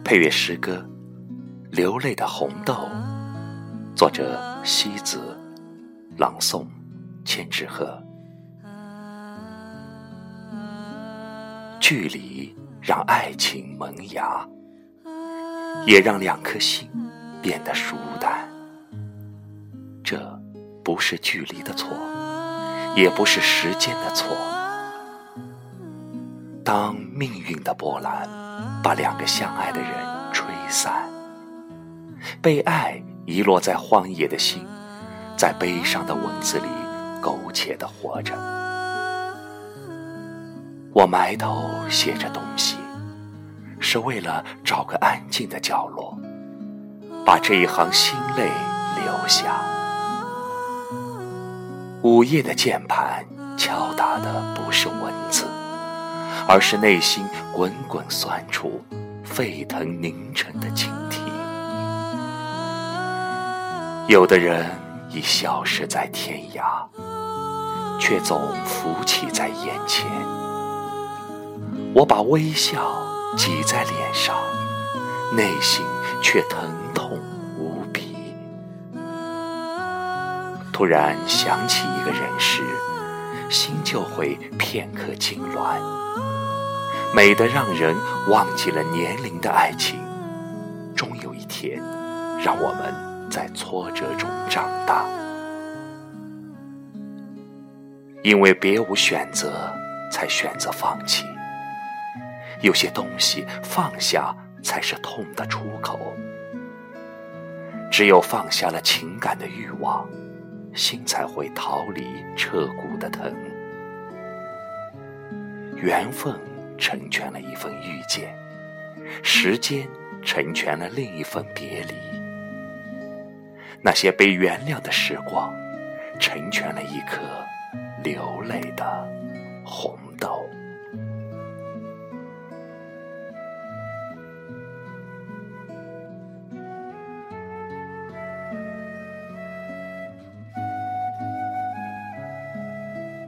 配乐诗歌《流泪的红豆》，作者西子，朗诵千纸鹤。距离让爱情萌芽，也让两颗心变得疏淡。这不是距离的错，也不是时间的错。当命运的波澜把两个相爱的人吹散，被爱遗落在荒野的心，在悲伤的文字里苟且地活着。我埋头写着东西，是为了找个安静的角落，把这一行心泪留下。午夜的键盘敲打的不是文字，而是内心滚滚酸楚、沸腾凝沉的倾听。有的人已消失在天涯，却总浮起在眼前。我把微笑挤在脸上，内心却疼痛无比。突然想起一个人时，心就会片刻痉挛。美得让人忘记了年龄的爱情，终有一天让我们在挫折中长大。因为别无选择，才选择放弃。有些东西放下才是痛的出口。只有放下了情感的欲望，心才会逃离彻骨的疼。缘分成全了一份遇见，时间成全了另一份别离。那些被原谅的时光，成全了一颗流泪的红豆。